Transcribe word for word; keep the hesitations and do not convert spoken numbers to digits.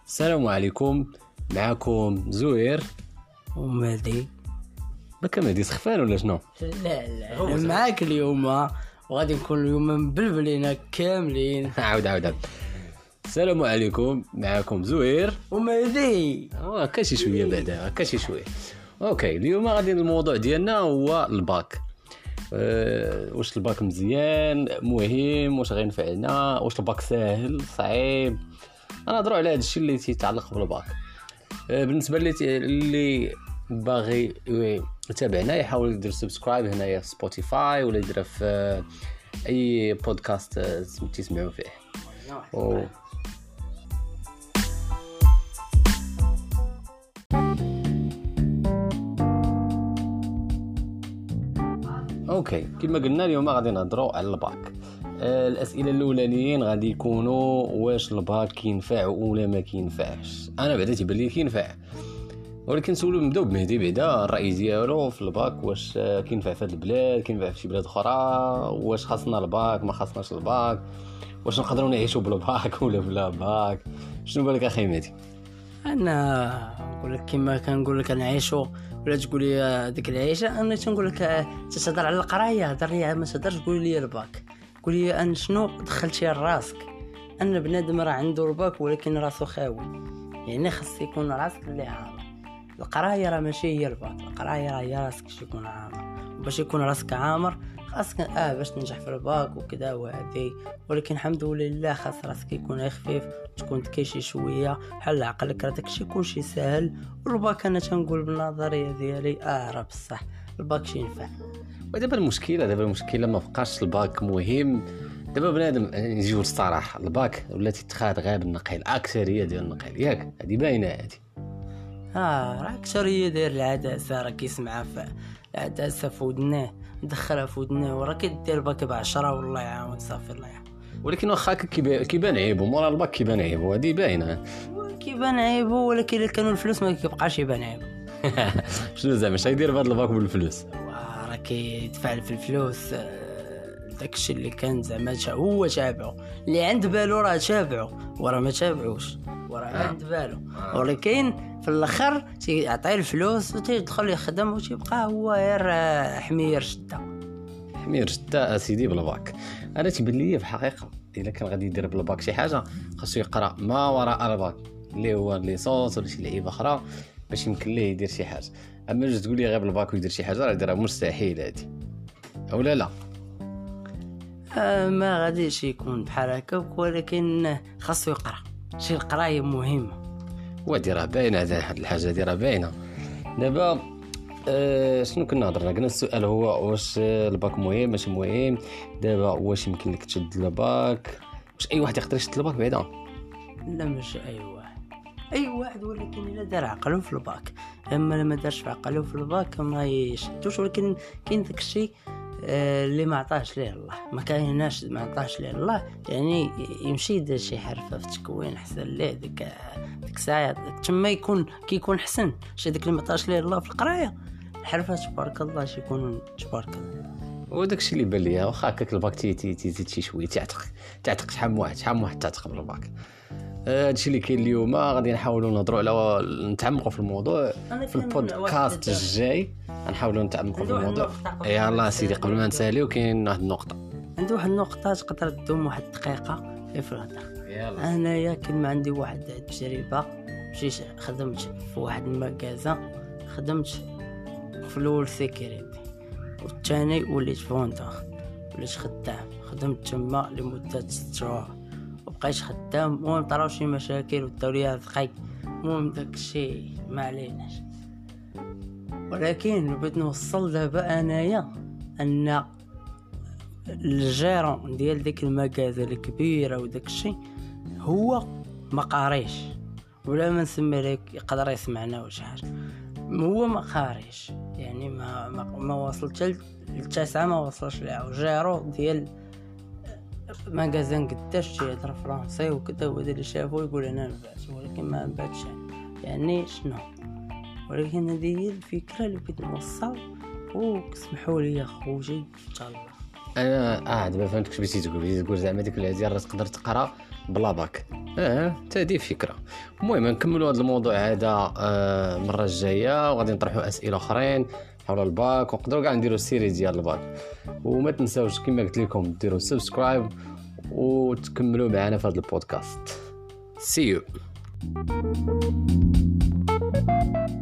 السلام عليكم، معكم زهير ومهدي. بكا مهدي سخفان ولا شنو؟ لا لا انا معاك اليوم وغادي نكون اليوم مبلبلين كاملين. عاود عاود عاود. السلام عليكم، معكم زهير ومهدي. اه كاشي شويه بعدا كاشي شويه. اوكي، اليوم غادي الموضوع ديالنا هو الباك. أه واش الباك مزيان مهم، واش غينفعنا، واش الباك ساهل صعيب. غنهضروا على هذا الشيء اللي تيتعلق بالباك. أه بالنسبه لي اللي باغي يتابعنا يحاول يدير سبسكرايب هنايا في سبوتيفاي ولا يديرها في اي بودكاست تسمعوا فيه. و... اوكي، كما قلنا اليوم غادي نهضروا على الباك. آه الاسئله الاولانيين غادي يكونوا واش الباك كينفع ولا ما كينفعش. انا بعدا تيبان لي كينفع، ولكن نسولو نبداو بمهدي بعدا الراي ديالو في الباك. واش كينفع في هذه البلاد، كينفع في شي بلاد اخرى، واش خاصنا الباك ما خاصناش الباك، واش نقدروا نعيشوا بالباك ولا بلا باك؟ شنو بالك اخي مهدي؟ انا نقول لك كما كنقول لك نعيشوا ولا تقول لي ديك العيشه. انا تنقول لك تتهضر على القرايه، هضر لي ما تهضرش تقول لي الباك. قول لي ان شنو دخلتي لراسك ان بنادم راه عنده الباك ولكن راسو خاوي. يعني خاص يكون راسك اللي عامر. القرايه راه ماشي هي الباك، القرايه راه هي راسك شي يكون عامر. وباش يكون راسك عامر خاصك اه باش تنجح في الباك وكذا وهذه. ولكن الحمد لله خاص راسك يكون خفيف، تكون تكيشي شويه بحال عقلك، راه داكشي كلشي ساهل. والباك انا تنقول بالنظريه ديالي اه راه بصح الباك شي ينفع. ودابا المشكله دابا المشكله ما بقاش الباك مهم. دابا بنادم نجيو للصراحه، الباك ولا تتخاد غير بالنقل، الاكثريه ديال النقل ياك هذه باينه. هذه اه راه اكثريه داير العدسه، راه كيسمعها في العدسه في ودنيه، دخلها في ودنيه وراه كدير باك بعشرة والله يعاون صافي الله يعاون. ولكن واخا كيبان عيبو مورا الباك، كيبان عيبو هذه باينه. كيبان عيبو ولكن الا كانوا الفلوس ما كيبقاش يبان عيبو. شنو زعما اش يدير بهذا الباك بالفلوس؟ راه كيدفع في الفلوس داكشي اللي كان زعما هو تابعو، اللي عند بالو راه تابعو وراه ما تابعوش وراه آه. عند بالو. ولكن في الاخر تيعطيه الفلوس وتيدخل يخدم وتيبقى هو غير حمير شده حمير شده اسيدي بالباك. انا تيبان لي في الحقيقه الا كان غادي يدير بالباك شي حاجه خاصو يقرا ما وراء الباك اللي هو ليسونس ولا شي لعيبه اخرى باش يمكن ليه يدير شي حاجه. اما جوج تقول لي غير بالباك ويدير شي حاجه راه ديرها مستحيل هذه، او لا لا آه ما غاديش يكون بحال هكاك. ولكن خاصو يقرا، شي القرايه مهمه. ودي راه باينه هذه الحاجه دي راه باينه. دابا أه شنو كنا هضرنا؟ قلنا السؤال هو واش الباك مهم ماشي مهم. دابا واش يمكن لك تشد الباك؟ واش اي واحد يقدر يشد الباك بعدا؟ لا ماشي اي واحد، اي واحد ولكن الا دار عقله في الباك. اما لما دارش في عقله في الباك ما يشدوش. ولكن كاين داكشي آه اللي ما عطاش ليه الله، ما كايناش ما عطاش ليه الله. يعني يمشي يدير شي حرفه في تكوين احسن ليه ديك ديك الساعه تما يكون كيكون حسن. شي داك اللي ما عطاش ليه الله في القرايه الحرفه تبارك الله شي يكون تبارك الله. وداك الشيء اللي بان ليا واخا هكاك الباك تي تي تزيد شي شويه تعتق تعتق شحال من واحد شحال من واحد تعتق بالباك. هادشي اللي كاين اليوم غادي نحاولوا نهضروا على نتعمقوا في الموضوع في البودكاست الجاي. غنحاولوا نتعمقوا في الموضوع. يلاه سيدي قبل ما نساليو كاين واحد النقطه، عندي واحد النقطه تقدر تدوم واحد الدقيقه في الهضره. انايا كلمه عندي واحد التجربه، مشيت خدمت في واحد المكازا، خدمت في الاول سيكيوريتي والثاني وليت فونتور، وليت خدام. خدمت تما لمده ست شهور وبقيت خدام. المهم طراو شي مشاكل وداو ليا ثقي، المهم داكشي ما عليناش. ولكن بغيت نوصل دابا انايا ان الجيرون ديال ديك المكازا الكبيره وداكشي هو ما قاريش، ولا ما نسمي لك يقدر يسمعنا ولا شي حاجه. هو ما قاريش يعني ما ما, ما وصلت للتاسعه، ما وصلش لها. جيرو ديال ماغازان قداش تيهضر فرنسي وكذا، وهذا اللي شافو يقول انا نبات ولكن ما نباتش يعني شنو. ولكن هذه هي الفكره اللي بغيت نوصل. وسمحوا لي خوتي ان شاء الله. انا اه دابا فهمتك اش بغيتي تقول بغيتي تقول زعما ديك العزيز راه تقدر تقرا بلا باك. اه حتى هذه فكره. المهم نكملوا هذا الموضوع هذا آه المره الجايه، وغادي نطرحوا اسئله اخرين حول الباك، ونقدروا كاع نديروا سيري ديال الباك. وما تنساوش كما قلت لكم ديروا سبسكرايب وتكملوا معنا في هذا البودكاست. See you.